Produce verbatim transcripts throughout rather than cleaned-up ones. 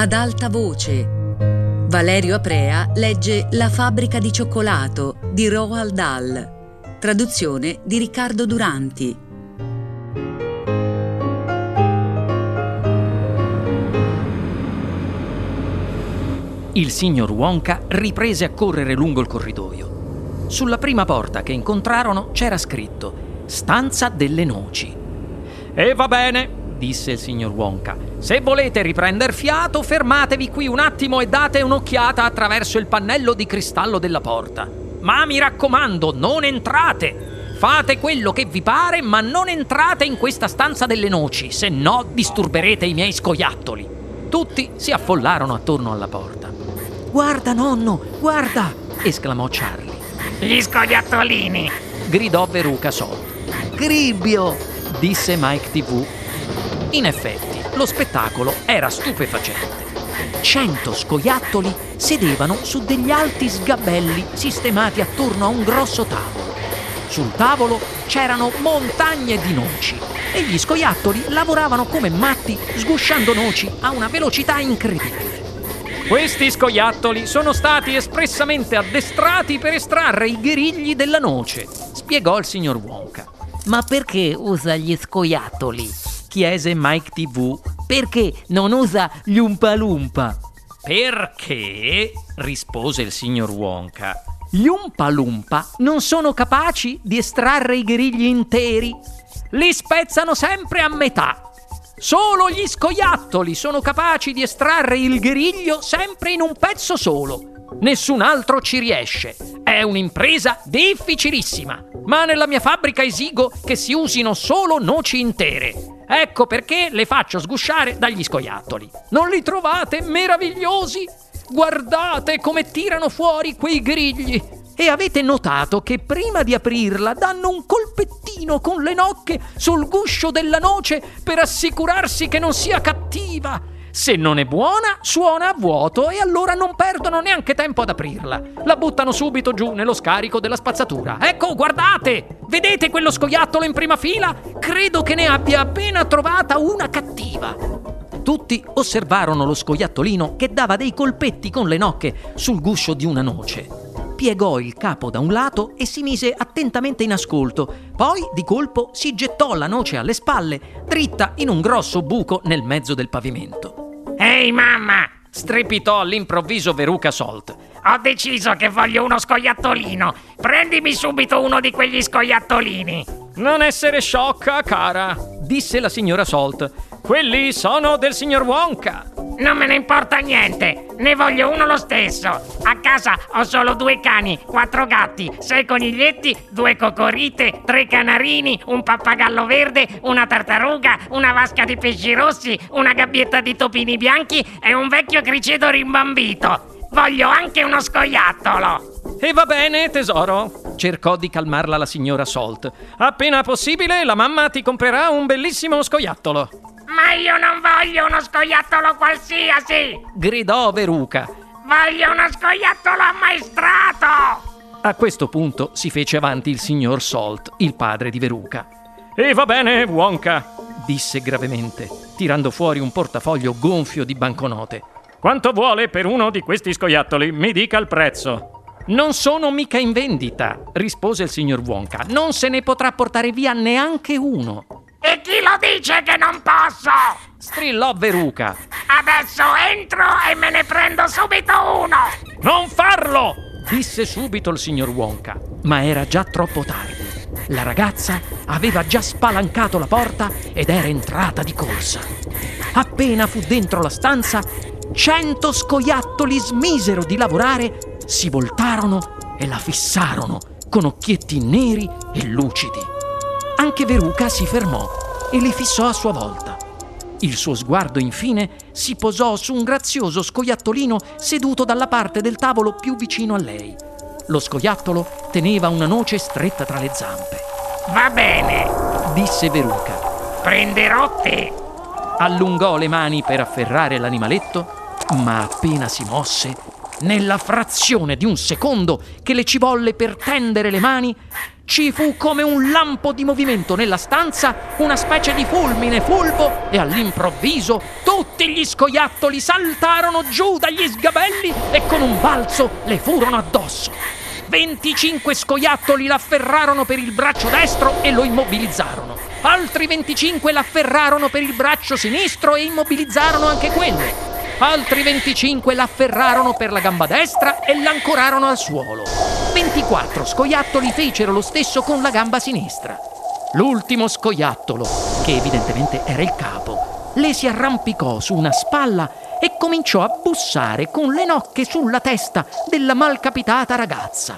ad alta voce. Valerio Aprea legge La fabbrica di cioccolato di Roald Dahl, traduzione di Riccardo Duranti. Il signor Wonka riprese a correre lungo il corridoio. Sulla prima porta che incontrarono c'era scritto «Stanza delle noci». «E va bene», disse il signor Wonka. «Se volete riprender fiato, fermatevi qui un attimo e date un'occhiata attraverso il pannello di cristallo della porta. Ma mi raccomando, non entrate! Fate quello che vi pare, ma non entrate in questa stanza delle noci, se no disturberete i miei scoiattoli». Tutti si affollarono attorno alla porta. «Guarda, nonno, guarda!» esclamò Charlie. Gli scoiattolini! Gridò Veruca Salt. «Cribbio!» disse Mike tivù. In effetti, lo spettacolo era stupefacente. Cento scoiattoli sedevano su degli alti sgabelli sistemati attorno a un grosso tavolo. Sul tavolo c'erano montagne di noci e gli scoiattoli lavoravano come matti sgusciando noci a una velocità incredibile. «Questi scoiattoli sono stati espressamente addestrati per estrarre i gherigli della noce», spiegò il signor Wonka. «Ma perché usa gli scoiattoli?» chiese Mike tivù. «Perché non usa gli Umpa Lumpa?» «Perché», rispose il signor Wonka, «gli Umpa Lumpa non sono capaci di estrarre i gherigli interi. Li spezzano sempre a metà. Solo gli scoiattoli sono capaci di estrarre il gheriglio sempre in un pezzo solo. Nessun altro ci riesce. È un'impresa difficilissima. Ma nella mia fabbrica esigo che si usino solo noci intere. Ecco perché le faccio sgusciare dagli scoiattoli. Non li trovate meravigliosi? Guardate come tirano fuori quei gherigli. E avete notato che prima di aprirla danno un colpettino con le nocche sul guscio della noce per assicurarsi che non sia cattiva. Se non è buona, suona a vuoto e allora non perdono neanche tempo ad aprirla. La buttano subito giù nello scarico della spazzatura. Ecco, guardate! Vedete quello scoiattolo in prima fila? Credo che ne abbia appena trovata una cattiva». Tutti osservarono lo scoiattolino che dava dei colpetti con le nocche sul guscio di una noce. Piegò il capo da un lato e si mise attentamente in ascolto. Poi, di colpo, si gettò la noce alle spalle, dritta in un grosso buco nel mezzo del pavimento. «Ehi, mamma!» strepitò all'improvviso Veruca Salt. «Ho deciso che voglio uno scoiattolino. Prendimi subito uno di quegli scoiattolini!» «Non essere sciocca, cara», disse la signora Salt. «Quelli sono del signor Wonka». «Non me ne importa niente, ne voglio uno lo stesso. A casa ho solo due cani, quattro gatti, sei coniglietti, due cocorite, tre canarini, un pappagallo verde, una tartaruga, una vasca di pesci rossi, una gabbietta di topini bianchi e un vecchio criceto rimbambito. Voglio anche uno scoiattolo!» «E va bene, tesoro», cercò di calmarla la signora Salt. «Appena possibile la mamma ti comprerà un bellissimo scoiattolo». «Ma io non voglio uno scoiattolo qualsiasi!» gridò Veruca. «Voglio uno scoiattolo ammaestrato!» A questo punto si fece avanti il signor Salt, il padre di Veruca. «E va bene, Wonka», disse gravemente, tirando fuori un portafoglio gonfio di banconote. «Quanto vuole per uno di questi scoiattoli? Mi dica il prezzo». «Non sono mica in vendita», rispose il signor Wonka. «Non se ne potrà portare via neanche uno». «E chi lo dice che non posso?» strillò Veruca. «Adesso entro e me ne prendo subito uno!» «Non farlo!» disse subito il signor Wonka, ma era già troppo tardi. La ragazza aveva già spalancato la porta ed era entrata di corsa. Appena fu dentro la stanza, cento scoiattoli smisero di lavorare, si voltarono e la fissarono con occhietti neri e lucidi. Anche Veruca si fermò e li fissò a sua volta. Il suo sguardo, infine, si posò su un grazioso scoiattolino seduto dalla parte del tavolo più vicino a lei. Lo scoiattolo teneva una noce stretta tra le zampe. «Va bene», disse Veruca. «Prenderò te». Allungò le mani per afferrare l'animaletto, ma appena si mosse, nella frazione di un secondo che le ci volle per tendere le mani, ci fu come un lampo di movimento nella stanza, una specie di fulmine fulvo, e all'improvviso tutti gli scoiattoli saltarono giù dagli sgabelli e con un balzo le furono addosso. venticinque scoiattoli l'afferrarono per il braccio destro e lo immobilizzarono. Altri venticinque l'afferrarono per il braccio sinistro e immobilizzarono anche quello. Altri venticinque l'afferrarono per la gamba destra e l'ancorarono al suolo. ventiquattro scoiattoli fecero lo stesso con la gamba sinistra. L'ultimo scoiattolo, che evidentemente era il capo, le si arrampicò su una spalla e cominciò a bussare con le nocche sulla testa della malcapitata ragazza.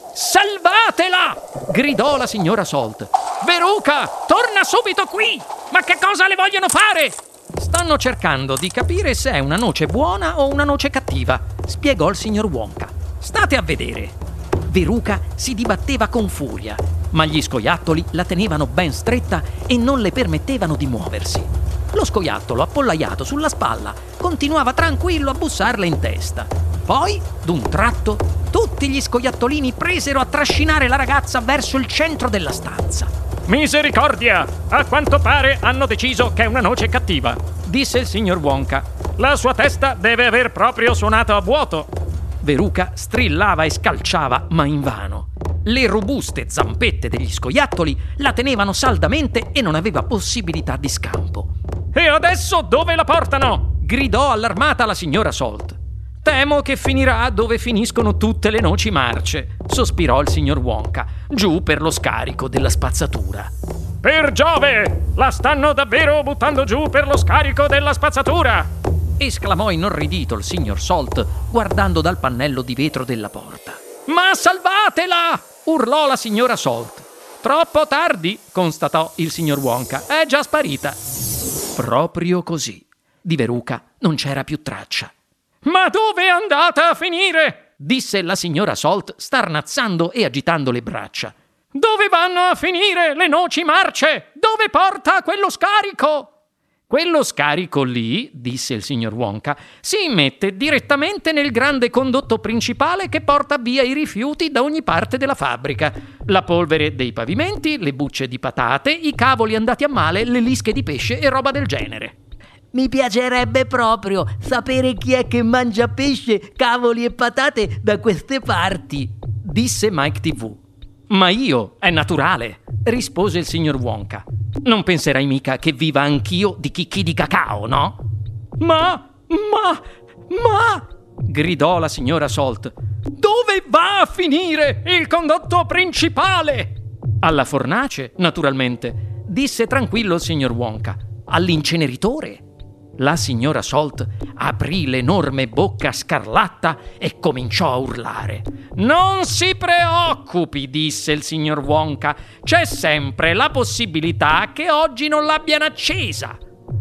«Salvatela!» gridò la signora Salt. «Veruca, torna subito qui! Ma che cosa le vogliono fare?» «Stanno cercando di capire se è una noce buona o una noce cattiva», spiegò il signor Wonka. «State a vedere». Veruca si dibatteva con furia, ma gli scoiattoli la tenevano ben stretta e non le permettevano di muoversi. Lo scoiattolo, appollaiato sulla spalla, continuava tranquillo a bussarle in testa. Poi, d'un tratto, tutti gli scoiattolini presero a trascinare la ragazza verso il centro della stanza. «Misericordia! A quanto pare hanno deciso che è una noce cattiva», disse il signor Wonka. «La sua testa deve aver proprio suonato a vuoto». Veruca strillava e scalciava, ma invano. Le robuste zampette degli scoiattoli la tenevano saldamente e non aveva possibilità di scampo. «E adesso dove la portano?» gridò allarmata la signora Salt. «Temo che finirà dove finiscono tutte le noci marce», sospirò il signor Wonka, giù per lo scarico della spazzatura. «Per Giove! La stanno davvero buttando giù per lo scarico della spazzatura!» esclamò inorridito il signor Salt, guardando dal pannello di vetro della porta. «Ma salvatela!» urlò la signora Salt. «Troppo tardi», constatò il signor Wonka. «È già sparita». Proprio così. Di Veruca non c'era più traccia. «Ma dove è andata a finire?» disse la signora Salt, starnazzando e agitando le braccia. «Dove vanno a finire le noci marce? Dove porta quello scarico?» «Quello scarico lì», disse il signor Wonka, «si immette direttamente nel grande condotto principale che porta via i rifiuti da ogni parte della fabbrica. La polvere dei pavimenti, le bucce di patate, i cavoli andati a male, le lische di pesce e roba del genere». Mi piacerebbe proprio sapere chi è che mangia pesce, cavoli e patate da queste parti, disse Mike tivù. «Ma io, è naturale», rispose il signor Wonka. «Non penserai mica che viva anch'io di chicchi di cacao, no?» «Ma, ma, ma...» gridò la signora Salt. «Dove va a finire il condotto principale?» «Alla fornace, naturalmente», disse tranquillo il signor Wonka. «All'inceneritore». La signora Salt aprì l'enorme bocca scarlatta e cominciò a urlare. «Non si preoccupi», disse il signor Wonka, «c'è sempre la possibilità che oggi non l'abbiano accesa».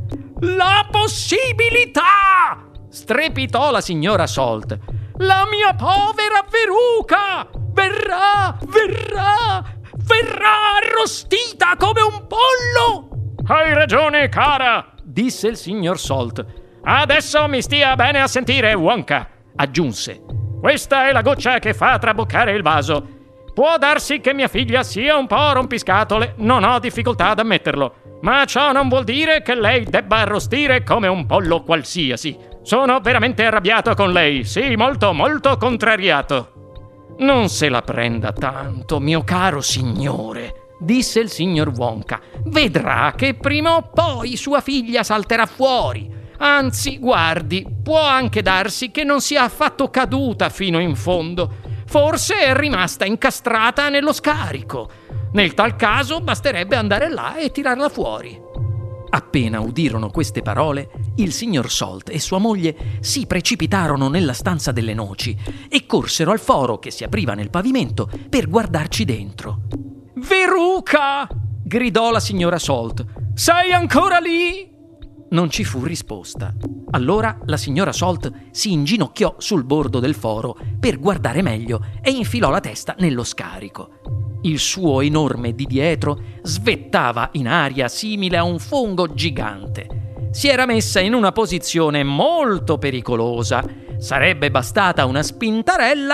«La possibilità!» strepitò la signora Salt. «La mia povera Veruca verrà, verrà, verrà arrostita come un pollo!» «Hai ragione, cara», disse il signor Salt. «Adesso mi stia bene a sentire, Wonka», aggiunse. «Questa è la goccia che fa traboccare il vaso. Può darsi che mia figlia sia un po' rompiscatole, non ho difficoltà ad ammetterlo, ma ciò non vuol dire che lei debba arrostire come un pollo qualsiasi. Sono veramente arrabbiato con lei, sì, molto, molto contrariato». «Non se la prenda tanto, mio caro signore», disse il signor Wonka. «Vedrà che prima o poi sua figlia salterà fuori. Anzi, guardi, può anche darsi che non sia affatto caduta fino in fondo. Forse è rimasta incastrata nello scarico. Nel tal caso basterebbe andare là e tirarla fuori». Appena udirono queste parole, il signor Salt e sua moglie si precipitarono nella stanza delle noci e corsero al foro che si apriva nel pavimento per guardarci dentro. «Veruca!» gridò la signora Salt. «Sei ancora lì?» Non ci fu risposta. Allora la signora Salt si inginocchiò sul bordo del foro per guardare meglio e infilò la testa nello scarico. Il suo enorme di dietro svettava in aria simile a un fungo gigante. Si era messa in una posizione molto pericolosa. Sarebbe bastata una spintarella,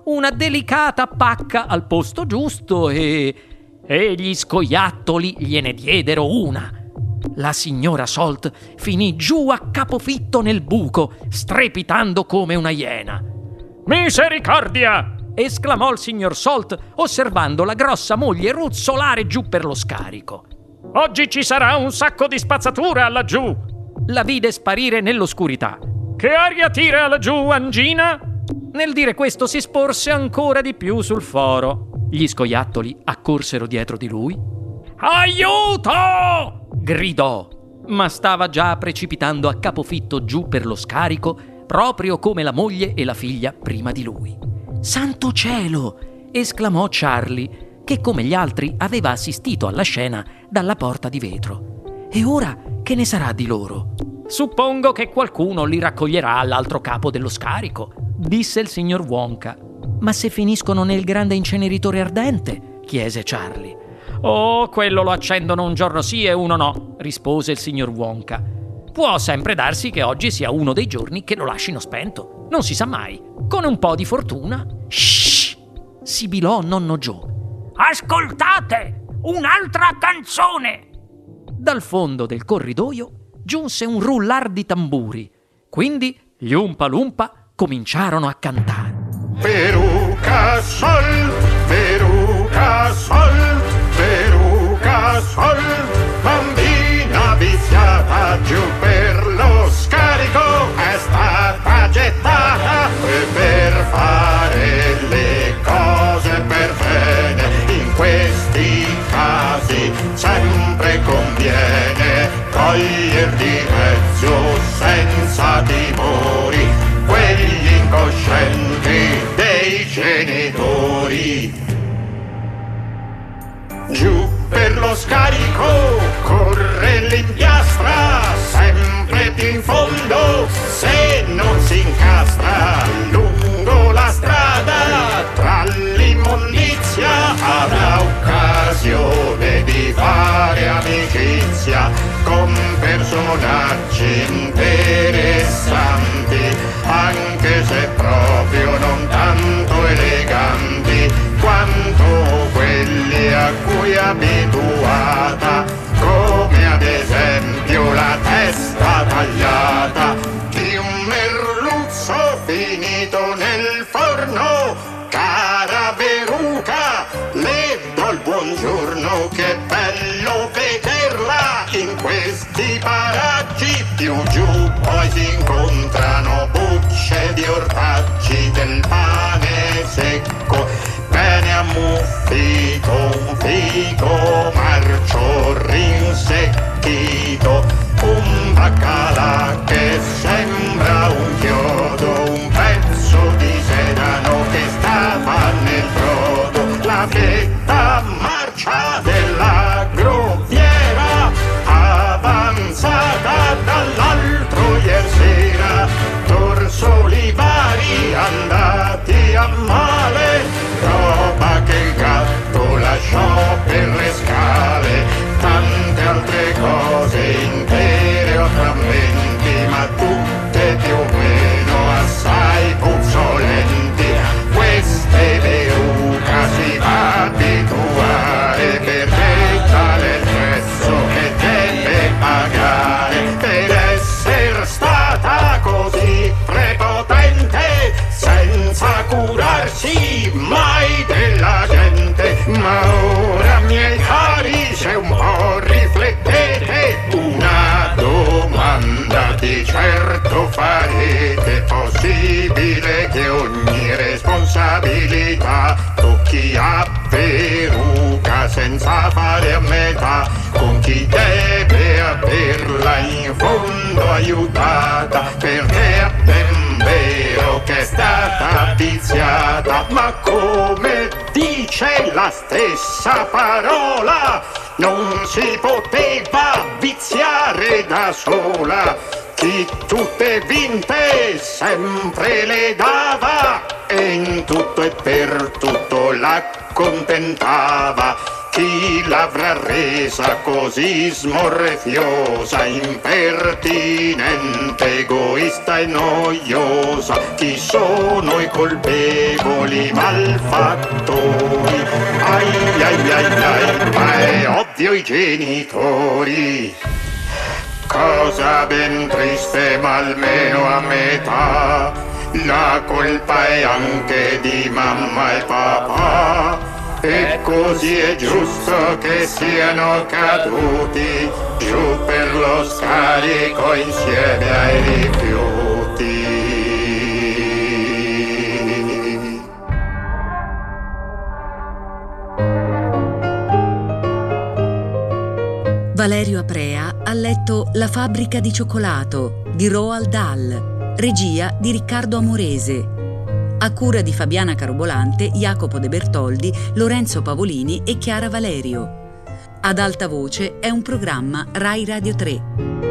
una delicata pacca al posto giusto e... e gli scoiattoli gliene diedero una. La signora Salt finì giù a capofitto nel buco, strepitando come una iena. Misericordia! Esclamò il signor Salt, osservando la grossa moglie ruzzolare giù per lo scarico. Oggi ci sarà un sacco di spazzatura laggiù! La vide sparire nell'oscurità. Che aria tira laggiù, Angina? Nel dire questo si sporse ancora di più sul foro. Gli scoiattoli accorsero dietro di lui. Aiuto! Gridò, ma stava già precipitando a capofitto giù per lo scarico, proprio come la moglie e la figlia prima di lui. «Santo cielo!» esclamò Charlie, che come gli altri aveva assistito alla scena dalla porta di vetro. «E ora che ne sarà di loro?» «Suppongo che qualcuno li raccoglierà all'altro capo dello scarico», disse il signor Wonka. «Ma se finiscono nel grande inceneritore ardente?» chiese Charlie. «Oh, quello lo accendono un giorno sì e uno no», rispose il signor Wonka. «Può sempre darsi che oggi sia uno dei giorni che lo lascino spento. Non si sa mai. Con un po' di fortuna...» «Shh!» sibilò nonno Joe. Ascoltate! Un'altra canzone! Dal fondo del corridoio giunse un rullar di tamburi. Quindi gli Oompa Loompa cominciarono a cantare. Peruca sol, peruca sol, peruca sol, bambina viziata giù per lo scarico è stata gettata e per fare le cose per bene in questi casi sempre conviene coglier di mezzo senza timori quegli incoscienti dei genitori. Giù per lo scarico corre l'impiastra, sempre più in fondo se non si incastra. Lungo la strada tra l'immondizia avrà occasione di fare amicizia con personaggi interessanti, anche se proprio non tanto eleganti quanto quelli a cui è abituata, come ad esempio la testa tagliata di un merluzzo finito nel forno. Cara Veruca, le do il buongiorno, che bello vederla in questi paraggi. Più giù poi si incontrano bucce di ortaggi del pane secco, bene ammuffito, un fico marcio rinsecchito, un baccalà che sembra un chiodo, un pezzo di sedano che stava nel brodo, la fietta marcia della groviera avanzata dall'altro ieri sera, torsoli vari andati a male, roba che il gatto lasciò per le scale, tante altre cose intere o frammenti, ma tutte più o meno assai puzzolenti. Queste Veruca si va abituare, perché tale il prezzo che deve pagare per essere stata così prepotente, senza curarsi mai della gente. Ma ora, miei cari, se un po' riflettete, una domanda di certo farete: possibile che ogni responsabilità tocchi a Veruca senza fare a metà, con chi deve averla in fondo aiutata, perché è ben vero che è stata viziata, ma come dice la stessa parola, non si poteva viziare da sola. Chi tutte vinte sempre le dava e in tutto e per tutto l'accontentava. Chi l'avrà resa così smorfiosa, impertinente, egoista e noiosa? Chi sono i colpevoli malfattori? Ai ai ai ai, ma è ovvio i genitori. Cosa ben triste, ma almeno a metà. La colpa è anche di mamma e papà. E così è giusto che siano caduti giù per lo scarico insieme ai rifiuti. Valerio Aprea ha letto La fabbrica di cioccolato di Roald Dahl, regia di Riccardo Amorese. A cura di Fabiana Carobolante, Jacopo De Bertoldi, Lorenzo Pavolini e Chiara Valerio. Ad alta voce è un programma Rai Radio tre.